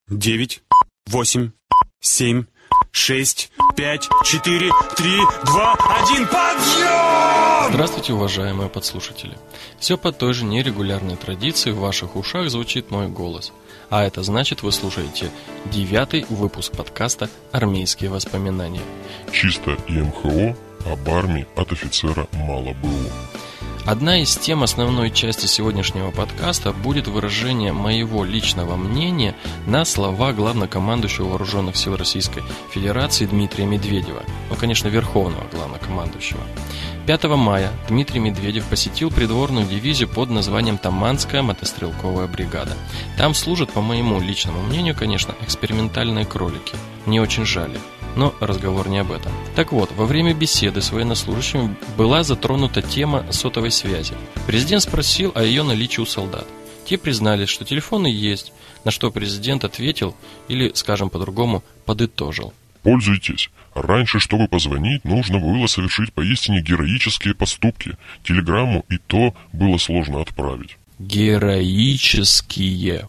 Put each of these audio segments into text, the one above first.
9, 8, 7, 6, 5, 4, 3, 2, 1, подъем! Здравствуйте, уважаемые подслушатели. Все по той же нерегулярной традиции в ваших ушах звучит мой голос. А это значит, вы слушаете 9-й выпуск подкаста «Армейские воспоминания». Чисто ИМХО об армии от офицера мало было. Одна из тем основной части сегодняшнего подкаста будет выражение моего личного мнения на слова главнокомандующего Вооруженных сил Российской Федерации Дмитрия Медведева, конечно, верховного главнокомандующего. 5 мая Дмитрий Медведев посетил придворную дивизию под названием Таманская мотострелковая бригада. Там служат, по моему личному мнению, конечно, экспериментальные кролики. Мне очень жаль их. Но разговор не об этом. Так вот, во время беседы с военнослужащими была затронута тема сотовой связи. Президент спросил о ее наличии у солдат. Те признались, что телефоны есть, на что президент ответил, или, скажем по-другому, подытожил. Пользуйтесь. Раньше, чтобы позвонить, нужно было совершить поистине героические поступки. Телеграмму и то было сложно отправить. Героические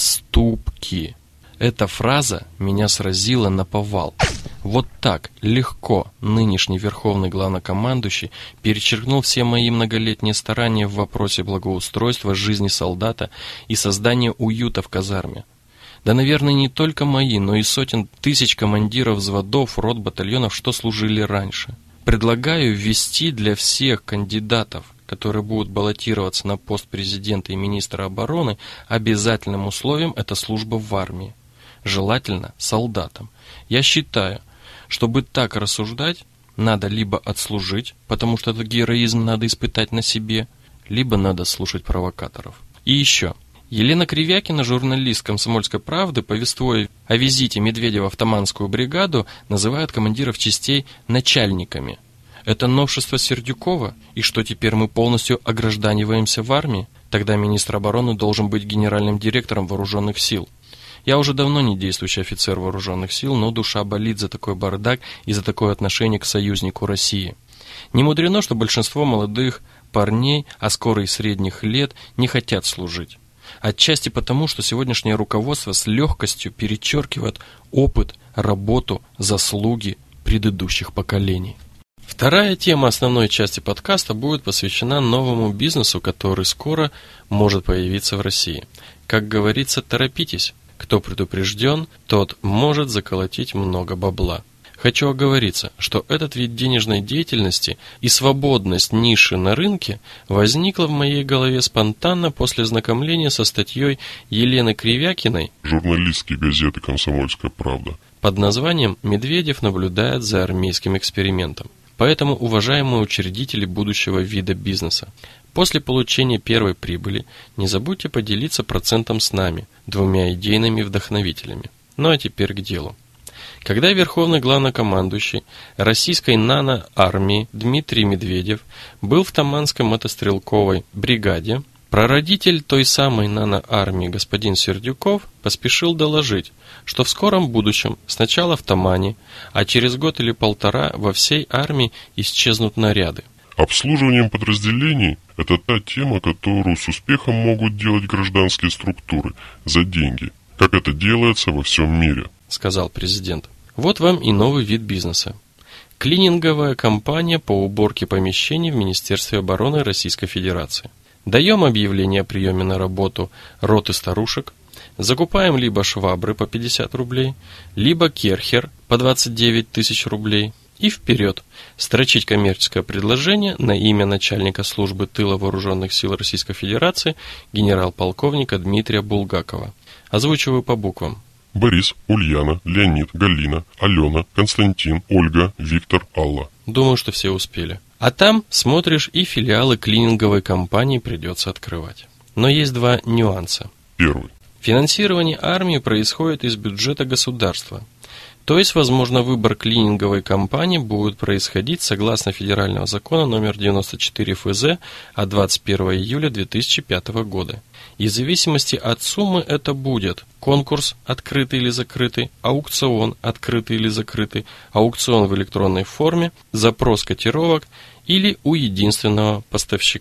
поступки. Эта фраза меня сразила наповал. Вот так легко нынешний верховный главнокомандующий перечеркнул все мои многолетние старания в вопросе благоустройства жизни солдата и создания уюта в казарме. Да, наверное, не только мои, но и сотен тысяч командиров взводов, рот, батальонов, что служили раньше. Предлагаю ввести для всех кандидатов, которые будут баллотироваться на пост президента и министра обороны, обязательным условием это служба в армии. Желательно солдатам. Я считаю, чтобы так рассуждать, надо либо отслужить, потому что этот героизм надо испытать на себе, либо надо слушать провокаторов. И еще. Елена Кривякина, журналист «Комсомольской правды», повествуя о визите Медведева в Таманскую бригаду, называет командиров частей начальниками. Это новшество Сердюкова? И что, теперь мы полностью огражданиваемся в армии? Тогда министр обороны должен быть генеральным директором вооруженных сил. Я уже давно не действующий офицер вооруженных сил, но душа болит за такой бардак и за такое отношение к союзнику России. Не мудрено, что большинство молодых парней, а скоро и средних лет, не хотят служить. Отчасти потому, что сегодняшнее руководство с легкостью перечеркивает опыт, работу, заслуги предыдущих поколений. Вторая тема основной части подкаста будет посвящена новому бизнесу, который скоро может появиться в России. Как говорится, торопитесь. Кто предупрежден, тот может заколотить много бабла. Хочу оговориться, что этот вид денежной деятельности и свободность ниши на рынке возникла в моей голове спонтанно после знакомления со статьей Елены Кривякиной, журналистки газеты «Комсомольская правда», под названием «Медведев наблюдает за армейским экспериментом». Поэтому, уважаемые учредители будущего вида бизнеса, после получения первой прибыли не забудьте поделиться процентом с нами, двумя идейными вдохновителями. Ну а теперь к делу. Когда верховный главнокомандующий российской нано-армии Дмитрий Медведев был в Таманской мотострелковой бригаде, прародитель той самой нано-армии господин Сердюков поспешил доложить, что в скором будущем сначала в Тамане, а через год или полтора во всей армии исчезнут наряды. Обслуживанием подразделений – это та тема, которую с успехом могут делать гражданские структуры за деньги, как это делается во всем мире, сказал президент. Вот вам и новый вид бизнеса. Клининговая компания по уборке помещений в Министерстве обороны Российской Федерации. Даем объявление о приеме на работу роты старушек, закупаем либо швабры по 50 рублей, либо керхер по 29 тысяч рублей. И вперед, строчить коммерческое предложение на имя начальника службы тыла Вооруженных сил Российской Федерации генерал-полковника Дмитрия Булгакова. Озвучиваю по буквам. Борис, Ульяна, Леонид, Галина, Алена, Константин, Ольга, Виктор, Алла. Думаю, что все успели. А там, смотришь, и филиалы клининговой компании придется открывать. Но есть два нюанса. Первый. Финансирование армии происходит из бюджета государства. То есть, возможно, выбор клининговой компании будет происходить согласно федерального закона номер 94 ФЗ от 21 июля 2005 года. И в зависимости от суммы это будет конкурс открытый или закрытый, аукцион открытый или закрытый, аукцион в электронной форме, запрос котировок или у единственного поставщика.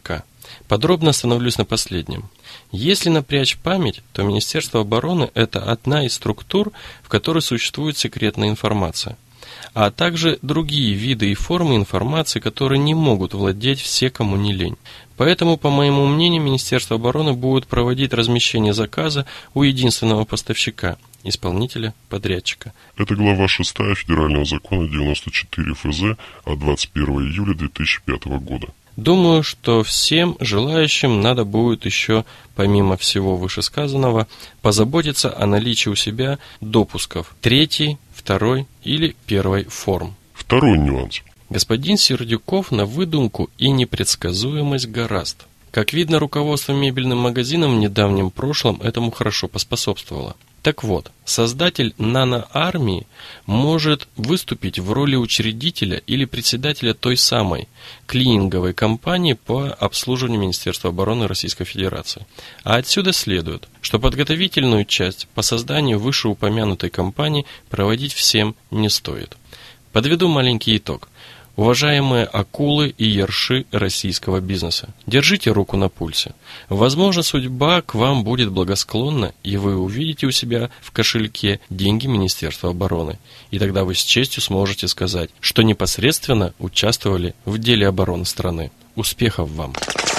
Подробно остановлюсь на последнем. Если напрячь память, то Министерство обороны – это одна из структур, в которой существует секретная информация, а также другие виды и формы информации, которые не могут владеть все, кому не лень. Поэтому, по моему мнению, Министерство обороны будет проводить размещение заказа у единственного поставщика, исполнителя-подрядчика. Это глава 6 Федерального закона 94 ФЗ от 21 июля 2005 года. Думаю, что всем желающим надо будет еще, помимо всего вышесказанного, позаботиться о наличии у себя допусков 3, 2 или 1 форм. Второй нюанс. Господин Сердюков на выдумку и непредсказуемость гораст. Как видно, руководство мебельным магазином в недавнем прошлом этому хорошо поспособствовало. Так вот, создатель наноармии может выступить в роли учредителя или председателя той самой клининговой компании по обслуживанию Министерства обороны Российской Федерации. А отсюда следует, что подготовительную часть по созданию вышеупомянутой компании проводить всем не стоит. Подведу маленький итог. Уважаемые акулы и ерши российского бизнеса, держите руку на пульсе. Возможно, судьба к вам будет благосклонна, и вы увидите у себя в кошельке деньги Министерства обороны. И тогда вы с честью сможете сказать, что непосредственно участвовали в деле обороны страны. Успехов вам!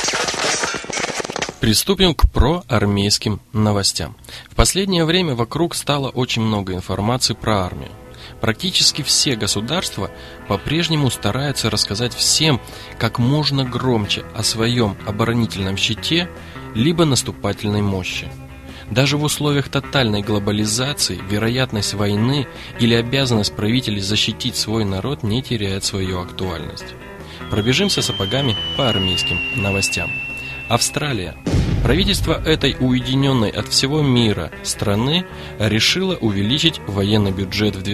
Приступим к проармейским новостям. В последнее время вокруг стало очень много информации про армию. Практически все государства по-прежнему стараются рассказать всем как можно громче о своем оборонительном щите либо наступательной мощи. Даже в условиях тотальной глобализации вероятность войны или обязанность правителей защитить свой народ не теряет свою актуальность. Пробежимся сапогами по армейским новостям. Австралия. Правительство этой уединенной от всего мира страны решило увеличить военный бюджет в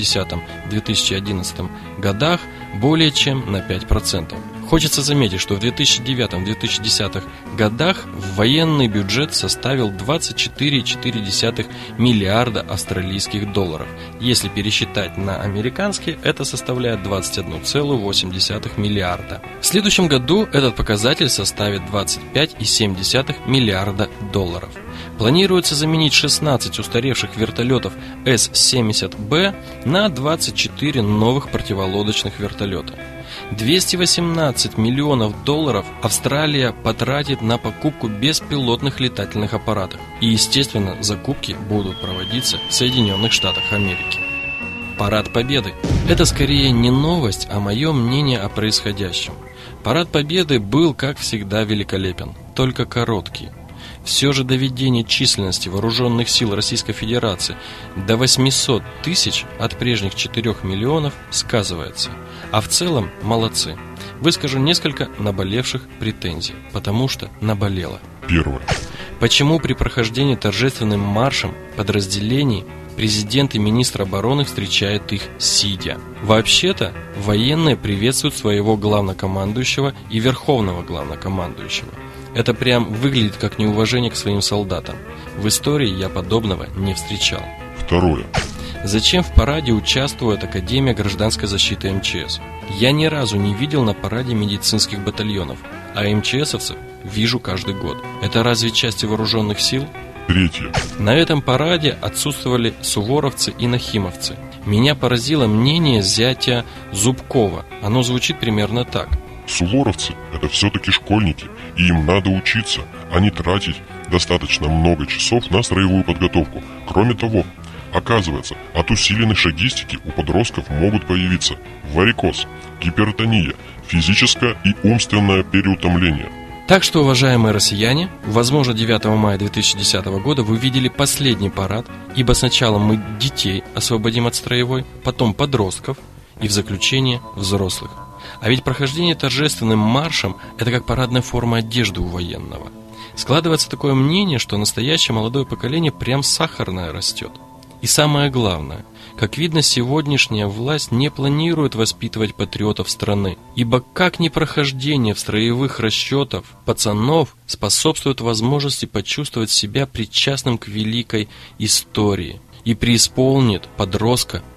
2010-2011 годах более чем на 5%. Хочется заметить, что в 2009-2010 годах военный бюджет составил 24,4 миллиарда австралийских долларов. Если пересчитать на американские, это составляет 21,8 миллиарда. В следующем году этот показатель составит 25,7 миллиарда долларов. Планируется заменить 16 устаревших вертолетов С-70Б на 24 новых противолодочных вертолета. 218 миллионов долларов Австралия потратит на покупку беспилотных летательных аппаратов. И, естественно, закупки будут проводиться в Соединенных Штатах Америки. Парад Победы. Это скорее не новость, а мое мнение о происходящем. Парад Победы был, как всегда, великолепен, только короткий. Все же доведение численности вооруженных сил Российской Федерации до 800 тысяч от прежних 4 миллионов сказывается. А в целом молодцы. Выскажу несколько наболевших претензий, потому что наболело. Первое. Почему при прохождении торжественным маршем подразделений президент и министр обороны встречают их сидя? Вообще-то, военные приветствуют своего главнокомандующего и верховного главнокомандующего. Это прям выглядит как неуважение к своим солдатам. В истории я подобного не встречал. Второе. Зачем в параде участвует Академия гражданской защиты МЧС? Я ни разу не видел на параде медицинских батальонов, а МЧСовцев вижу каждый год. Это разве части вооруженных сил? Третье. На этом параде отсутствовали суворовцы и нахимовцы. Меня поразило мнение зятя Зубкова. Оно звучит примерно так. Суворовцы – это все-таки школьники, и им надо учиться, а не тратить достаточно много часов на строевую подготовку. Кроме того, оказывается, от усиленной шагистики у подростков могут появиться варикоз, гипертония, физическое и умственное переутомление. Так что, уважаемые россияне, возможно, 9 мая 2010 года вы видели последний парад, ибо сначала мы детей освободим от строевой, потом подростков и в заключение взрослых. А ведь прохождение торжественным маршем – это как парадная форма одежды у военного. Складывается такое мнение, что настоящее молодое поколение прям сахарное растет. И самое главное, как видно, сегодняшняя власть не планирует воспитывать патриотов страны, ибо как ни прохождение в строевых расчетов пацанов способствует возможности почувствовать себя причастным к великой истории и преисполнит подростка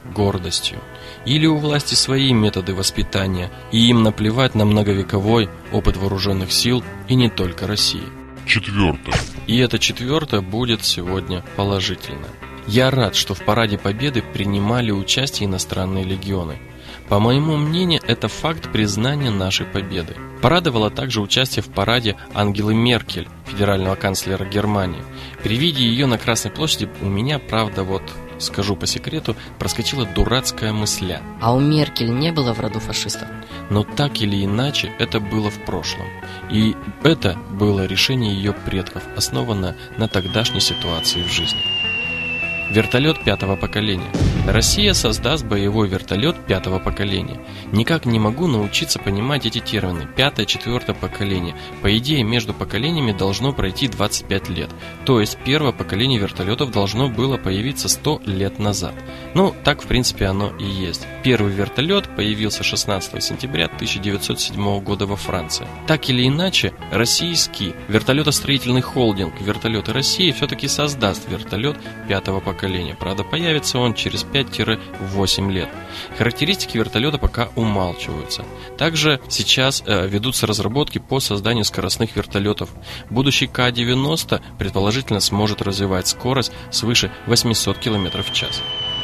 гордостью. Или у власти свои методы воспитания, и им наплевать на многовековой опыт вооруженных сил и не только России. Четвертое. И это четвертое будет сегодня положительно. Я рад, что в Параде Победы принимали участие иностранные легионы. По моему мнению, это факт признания нашей победы. Порадовало также участие в параде Ангелы Меркель, федерального канцлера Германии. При виде ее на Красной площади у меня, правда, скажу по секрету, проскочила дурацкая мысля. А у Меркель не было в роду фашистов? Но так или иначе, это было в прошлом. И это было решение ее предков, основанное на тогдашней ситуации в жизни. Вертолет 5-го поколения. Россия создаст боевой вертолет 5-го поколения. Никак не могу научиться понимать эти термины. 5-е, 4-е поколение. По идее, между поколениями должно пройти 25 лет. То есть первое поколение вертолетов должно было появиться 100 лет назад. Ну, так в принципе оно и есть. Первый вертолет появился 16 сентября 1907 года во Франции. Так или иначе, российский вертолетостроительный холдинг «Вертолеты России» все-таки создаст вертолет 5-го поколения. Правда, появится он через 5-8 лет. Характеристики вертолета пока умалчиваются. Также сейчас ведутся разработки по созданию скоростных вертолетов. Будущий К-90 предположительно сможет развивать скорость свыше 800 км в час.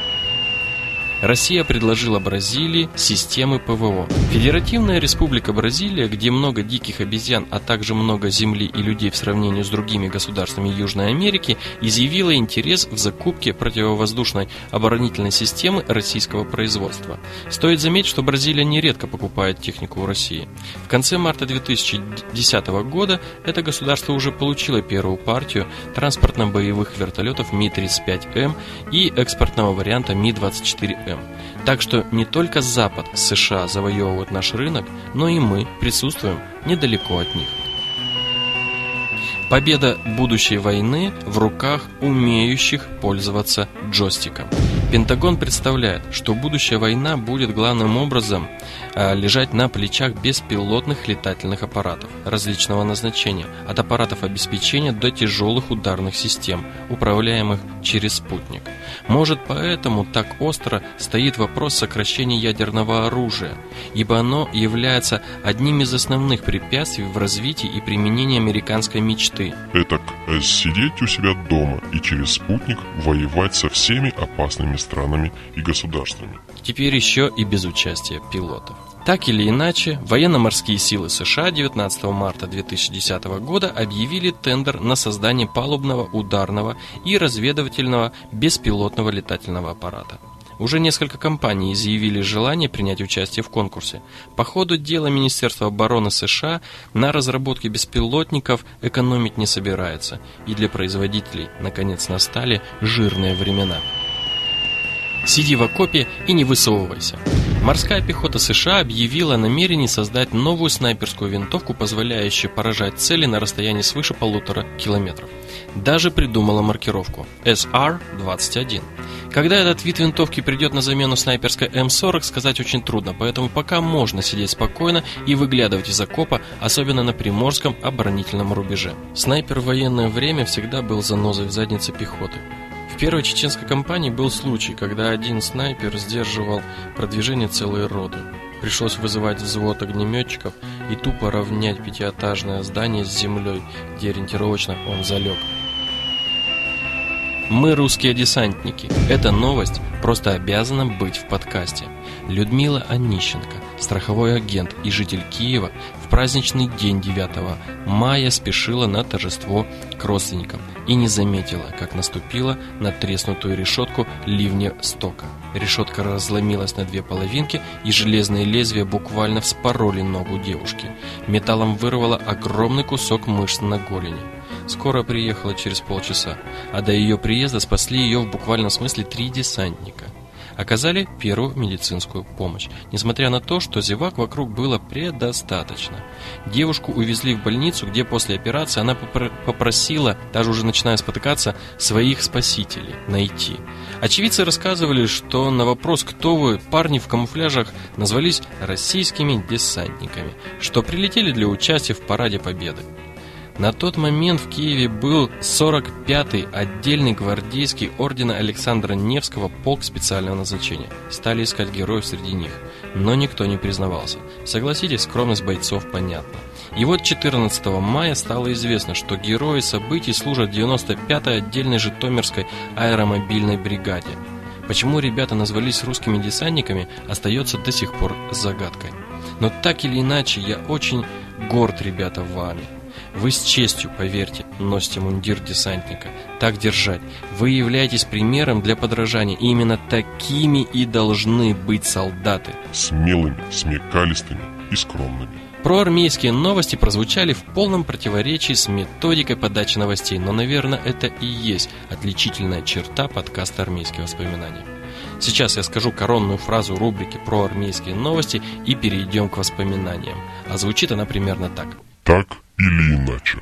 Россия предложила Бразилии системы ПВО. Федеративная республика Бразилия, где много диких обезьян, а также много земли и людей в сравнении с другими государствами Южной Америки, изъявила интерес в закупке противовоздушной оборонительной системы российского производства. Стоит заметить, что Бразилия нередко покупает технику у России. В конце марта 2010 года это государство уже получило первую партию транспортно-боевых вертолетов Ми-35М и экспортного варианта Ми-24М. Так что не только Запад, США завоевывают наш рынок, но и мы присутствуем недалеко от них. Победа будущей войны в руках умеющих пользоваться джойстиком. Пентагон представляет, что будущая война будет главным образом лежать на плечах беспилотных летательных аппаратов различного назначения, от аппаратов обеспечения до тяжелых ударных систем, управляемых через спутник. Может, поэтому так остро стоит вопрос сокращения ядерного оружия, ибо оно является одним из основных препятствий в развитии и применении американской мечты. Этак сидеть у себя дома и через спутник воевать со всеми опасными странами и государствами. Теперь еще и без участия пилотов. Так или иначе, военно-морские силы США 19 марта 2010 года объявили тендер на создание палубного, ударного и разведывательного беспилотного летательного аппарата. Уже несколько компаний изъявили желание принять участие в конкурсе. По ходу дела Министерство обороны США на разработке беспилотников экономить не собирается, и для производителей наконец настали жирные времена. Сиди в окопе и не высовывайся. Морская пехота США объявила о намерении создать новую снайперскую винтовку, позволяющую поражать цели на расстоянии свыше 1,5 километров. Даже придумала маркировку SR-21. Когда этот вид винтовки придет на замену снайперской М40, сказать очень трудно, поэтому пока можно сидеть спокойно и выглядывать из окопа, особенно на приморском оборонительном рубеже. Снайпер в военное время всегда был занозой в заднице пехоты. В первой чеченской кампании был случай, когда один снайпер сдерживал продвижение целой роты. Пришлось вызывать взвод огнеметчиков и тупо равнять пятиэтажное здание с землей, где ориентировочно он залег. Мы русские десантники. Эта новость просто обязана быть в подкасте. Людмила Онищенко, страховой агент и житель Киева, в праздничный день 9 мая спешила на торжество к родственникам и не заметила, как наступила на треснутую решетку ливня стока. Решетка разломилась на две половинки, и железные лезвия буквально вспороли ногу девушки. Металлом вырвало огромный кусок мышц на голени. Скорая приехала через полчаса, а до ее приезда спасли ее в буквальном смысле 3 десантника. Оказали первую медицинскую помощь, несмотря на то, что зевак вокруг было предостаточно. Девушку увезли в больницу, где после операции она попросила, даже уже начиная спотыкаться, своих спасителей найти. Очевидцы рассказывали, что на вопрос «Кто вы?», парни в камуфляжах назвались российскими десантниками, что прилетели для участия в Параде Победы. На тот момент в Киеве был 45-й отдельный гвардейский ордена Александра Невского полк специального назначения. Стали искать героев среди них, но никто не признавался. Согласитесь, скромность бойцов понятна. И вот 14 мая стало известно, что герои событий служат в 95-й отдельной Житомирской аэромобильной бригаде. Почему ребята назвались русскими десантниками, остается до сих пор загадкой. Но так или иначе, я очень горд, ребята, вами. Вы с честью, поверьте, носите мундир десантника. Так держать. Вы являетесь примером для подражания. И именно такими и должны быть солдаты. Смелыми, смекалистыми и скромными. Проармейские новости прозвучали в полном противоречии с методикой подачи новостей, но, наверное, это и есть отличительная черта подкаста «Армейские воспоминания». Сейчас я скажу коронную фразу рубрики «Проармейские новости» и перейдем к воспоминаниям. А звучит она примерно так. Так или иначе.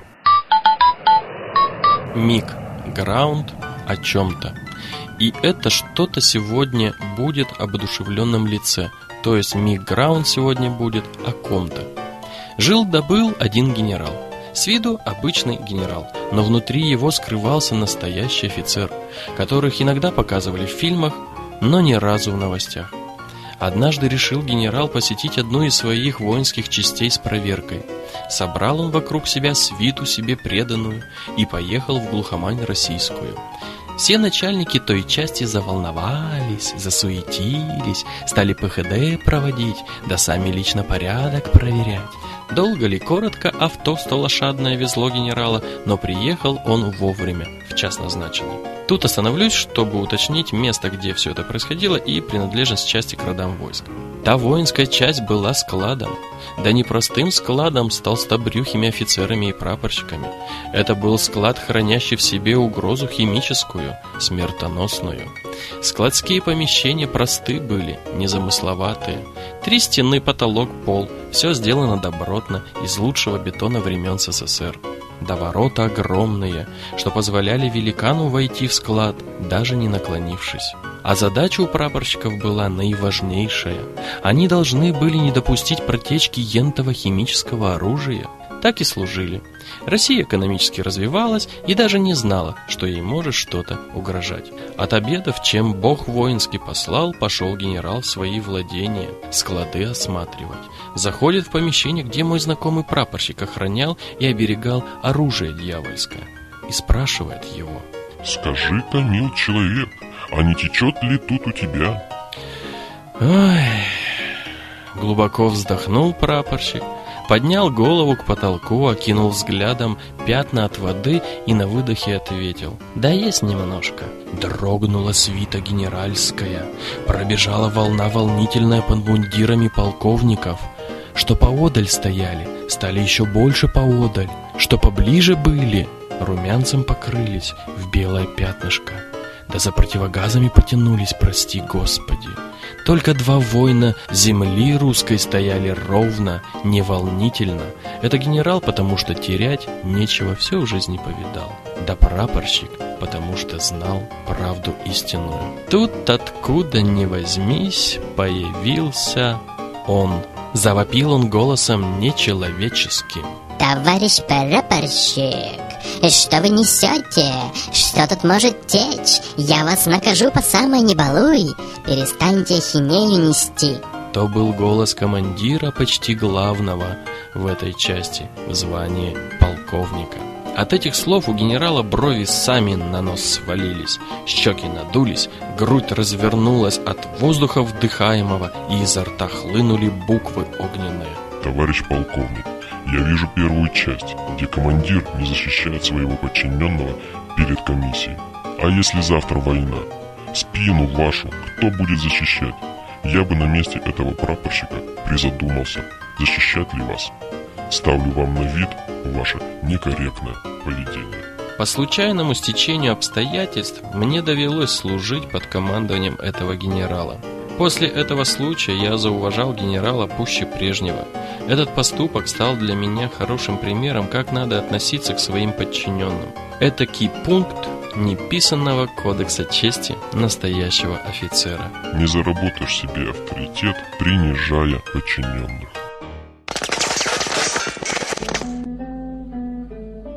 Миг, граунд о чем-то. И это что-то сегодня будет об одушевленном лице. То есть миг-граунд сегодня будет о ком-то. Жил-да был один генерал. С виду обычный генерал, но внутри его скрывался настоящий офицер, которых иногда показывали в фильмах, но ни разу в новостях. Однажды решил генерал посетить одну из своих воинских частей с проверкой. Собрал он вокруг себя свиту себе преданную и поехал в глухомань российскую. Все начальники той части заволновались, засуетились, стали ПХД проводить, да сами лично порядок проверять. Долго ли, коротко, авто 100-лошадное везло генерала, но приехал он вовремя, в час назначенный. Тут остановлюсь, чтобы уточнить место, где все это происходило, и принадлежность части к родам войск. Та воинская часть была складом. Да не простым складом с толстобрюхими офицерами и прапорщиками. Это был склад, хранящий в себе угрозу химическую, смертоносную. Складские помещения просты были, незамысловатые. 3 стены, потолок, пол. Все сделано добротно, из лучшего бетона времен СССР. Да ворота огромные, что позволяли великану войти в склад, даже не наклонившись. А задача у прапорщиков была наиважнейшая. Они должны были не допустить протечки ентого химического оружия. Так и служили. Россия экономически развивалась и даже не знала, что ей может что-то угрожать. От обедов, чем Бог воинский послал, пошел генерал в свои владения, склады осматривать. Заходит в помещение, где мой знакомый прапорщик охранял и оберегал оружие дьявольское. И спрашивает его: «Скажи-ка, мил человек, а не течет ли тут у тебя?» Ой. Глубоко вздохнул прапорщик, поднял голову к потолку, окинул взглядом пятна от воды и на выдохе ответил: «Да есть немножко». Дрогнула свита генеральская, пробежала волна волнительная под мундирами полковников. Что поодаль стояли, стали еще больше поодаль, что поближе были, румянцем покрылись в белое пятнышко. Да за противогазами потянулись, прости Господи. Только 2 воина земли русской стояли ровно, неволнительно. Это генерал, потому что терять нечего, все в жизни повидал. Да прапорщик, потому что знал правду истинную. Тут откуда ни возьмись появился он. Завопил он голосом нечеловеческим: «Товарищ прапорщик, что вы несете? Что тут может течь? Я вас накажу по самой не балуй. Перестаньте ахинею нести». То был голос командира почти главного в этой части, в звании полковника. От этих слов у генерала брови сами на нос свалились, щеки надулись, грудь развернулась от воздуха вдыхаемого, и изо рта хлынули буквы огненные. «Товарищ полковник, я вижу первую часть, где командир не защищает своего подчиненного перед комиссией. А если завтра война? Спину вашу кто будет защищать? Я бы на месте этого прапорщика призадумался, защищать ли вас. Ставлю вам на вид ваше некорректное поведение». По случайному стечению обстоятельств мне довелось служить под командованием этого генерала. После этого случая я зауважал генерала пуще прежнего. Этот поступок стал для меня хорошим примером, как надо относиться к своим подчиненным. Этакий пункт неписанного кодекса чести настоящего офицера. Не заработаешь себе авторитет, принижая подчиненных.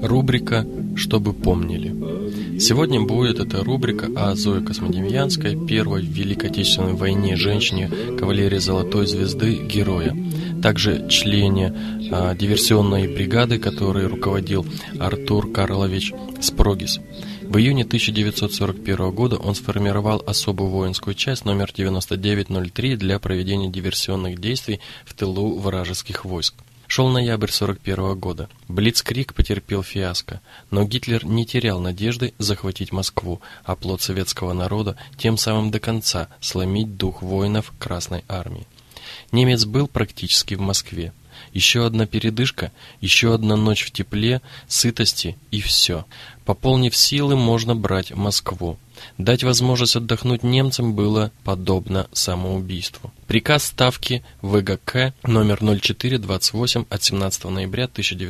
Рубрика «Чтобы помнили». Сегодня будет эта рубрика о Зое Космодемьянской, первой в Великой Отечественной войне женщине кавалерии Золотой Звезды, героя. Также члене диверсионной бригады, которой руководил Артур Карлович Спрогис. В июне 1941 года он сформировал особую воинскую часть номер 9903 для проведения диверсионных действий в тылу вражеских войск. Шел ноябрь 1941 года. Блицкриг потерпел фиаско, но Гитлер не терял надежды захватить Москву, а плод советского народа тем самым до конца сломить дух воинов Красной Армии. Немец был практически в Москве. Еще одна передышка, еще одна ночь в тепле, сытости и все. Пополнив силы, можно брать Москву. Дать возможность отдохнуть немцам было подобно самоубийству. Приказ Ставки ВГК номер 0428 от 17 ноября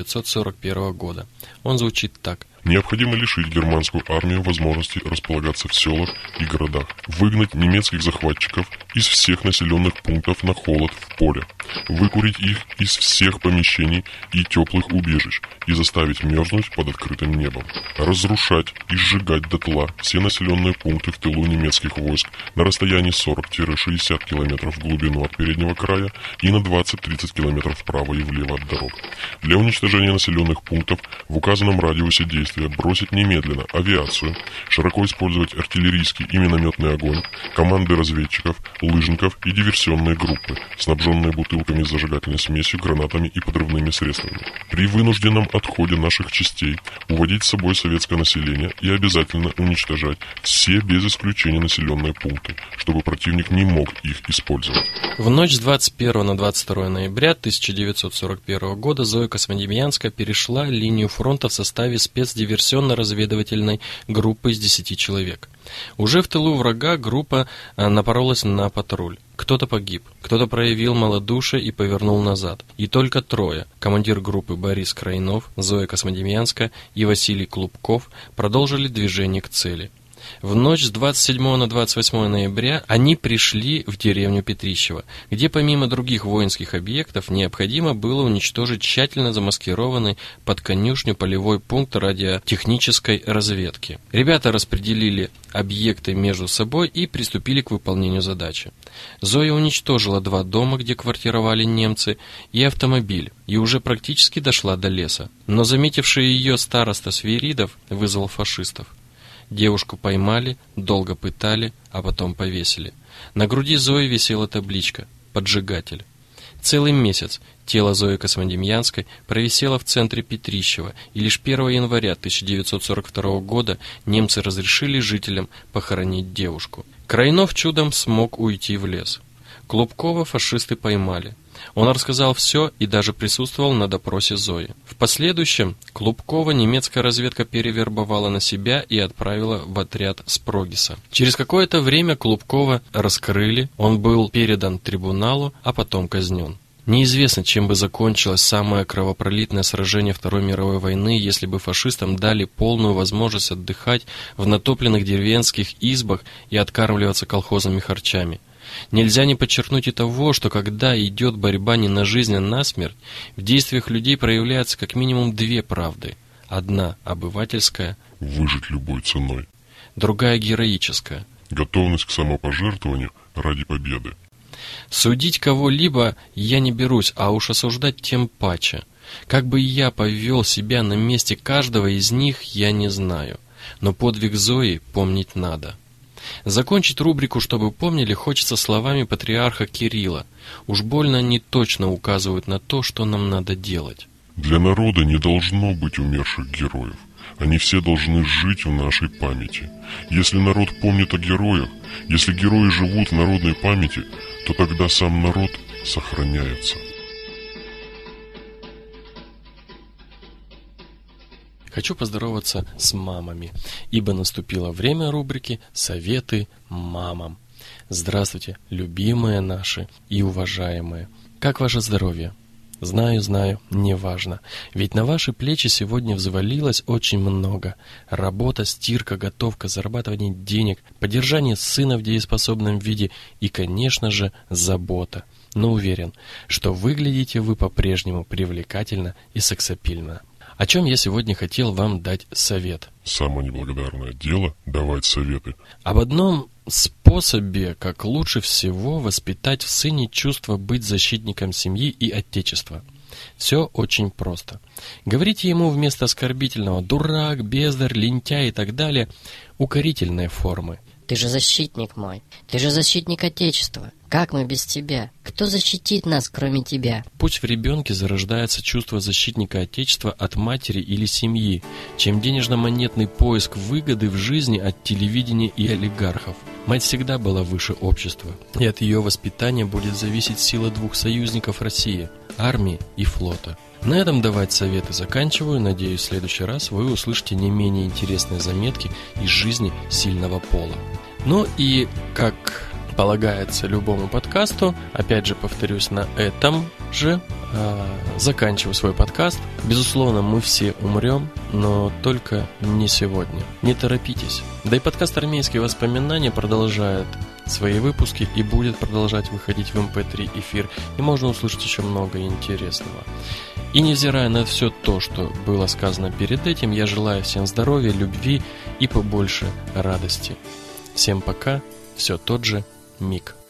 1941 года. Он звучит так. Необходимо лишить германскую армию возможности располагаться в селах и городах, выгнать немецких захватчиков из всех населенных пунктов на холод в поле, выкурить их из всех помещений и теплых убежищ и заставить мерзнуть под открытым небом, разрушать и сжигать дотла все населенные пункты в тылу немецких войск на расстоянии 40-60 километров в глубину от переднего края и на 20-30 километров вправо и влево от дорог. Для уничтожения населенных пунктов в указанном радиусе действия бросить немедленно авиацию, широко использовать артиллерийский и минометный огонь, команды разведчиков, лыжников и диверсионные группы, снабженные бутылками с зажигательной смесью, гранатами и подрывными средствами. При вынужденном отходе наших частей уводить с собой советское население и обязательно уничтожать все без исключения населенные пункты, чтобы противник не мог их использовать. В ночь с 21 на 22 ноября 1941 года Зоя Космодемьянская перешла линию фронта в составе спецдиверсионно-разведывательной группы из 10 человек. Уже в тылу врага группа напоролась на патруль. Кто-то погиб, кто-то проявил малодушие и повернул назад. И только трое – командир группы Борис Крайнов, Зоя Космодемьянская и Василий Клубков – продолжили движение к цели. В ночь с 27 на 28 ноября они пришли в деревню Петрищево, где помимо других воинских объектов необходимо было уничтожить тщательно замаскированный под конюшню полевой пункт радиотехнической разведки. Ребята распределили объекты между собой и приступили к выполнению задачи. Зоя уничтожила 2 дома, где квартировали немцы, и автомобиль, и уже практически дошла до леса. Но заметивший ее староста Свиридов вызвал фашистов. Девушку поймали, долго пытали, а потом повесили. На груди Зои висела табличка «Поджигатель». Целый месяц тело Зои Космодемьянской провисело в центре Петрищева, и лишь 1 января 1942 года немцы разрешили жителям похоронить девушку. Крайнов чудом смог уйти в лес. Клубкова фашисты поймали. Он рассказал все и даже присутствовал на допросе Зои. В последующем Клубкова немецкая разведка перевербовала на себя и отправила в отряд Спрогиса. Через какое-то время Клубкова раскрыли, он был передан трибуналу, а потом казнен. Неизвестно, чем бы закончилось самое кровопролитное сражение Второй мировой войны, если бы фашистам дали полную возможность отдыхать в натопленных деревенских избах и откармливаться колхозными харчами. Нельзя не подчеркнуть и того, что когда идет борьба не на жизнь, а на смерть, в действиях людей проявляются как минимум 2 правды. Одна – обывательская – выжить любой ценой. Другая – героическая – готовность к самопожертвованию ради победы. Судить кого-либо я не берусь, а уж осуждать тем паче. Как бы я повел себя на месте каждого из них, я не знаю. Но подвиг Зои помнить надо. Закончить рубрику «Чтобы помнили» хочется словами патриарха Кирилла. Уж больно они точно указывают на то, что нам надо делать. Для народа не должно быть умерших героев. Они все должны жить в нашей памяти. Если народ помнит о героях, если герои живут в народной памяти, то тогда сам народ сохраняется. Хочу поздороваться с мамами, ибо наступило время рубрики «Советы мамам». Здравствуйте, любимые наши и уважаемые. Как ваше здоровье? Знаю, неважно. Ведь на ваши плечи сегодня взвалилось очень много. Работа, стирка, готовка, зарабатывание денег, поддержание сына в дееспособном виде и, конечно же, забота. Но уверен, что выглядите вы по-прежнему привлекательно и сексапильно. О чем я сегодня хотел вам дать совет. Самое неблагодарное дело – давать советы. Об одном способе, как лучше всего воспитать в сыне чувство быть защитником семьи и отечества. Все очень просто. Говорите ему вместо оскорбительного «дурак», «бездарь», «лентяй» и так далее укорительные формы. Ты же защитник мой. Ты же защитник Отечества. Как мы без тебя? Кто защитит нас, кроме тебя? Пусть в ребенке зарождается чувство защитника Отечества от матери или семьи, чем денежно-монетный поиск выгоды в жизни от телевидения и олигархов. Мать всегда была выше общества, и от ее воспитания будет зависеть сила двух союзников России – армии и флота. На этом давать советы заканчиваю. Надеюсь, в следующий раз вы услышите не менее интересные заметки из жизни сильного пола. Ну и, как полагается любому подкасту, опять же повторюсь на этом же, заканчиваю свой подкаст. Безусловно, мы все умрем, но только не сегодня. Не торопитесь. Да и подкаст «Армейские воспоминания» продолжает свои выпуски и будет продолжать выходить в MP3 эфир. И можно услышать еще много интересного. И невзирая на все то, что было сказано перед этим, я желаю всем здоровья, любви и побольше радости. Всем пока. Все тот же Мик.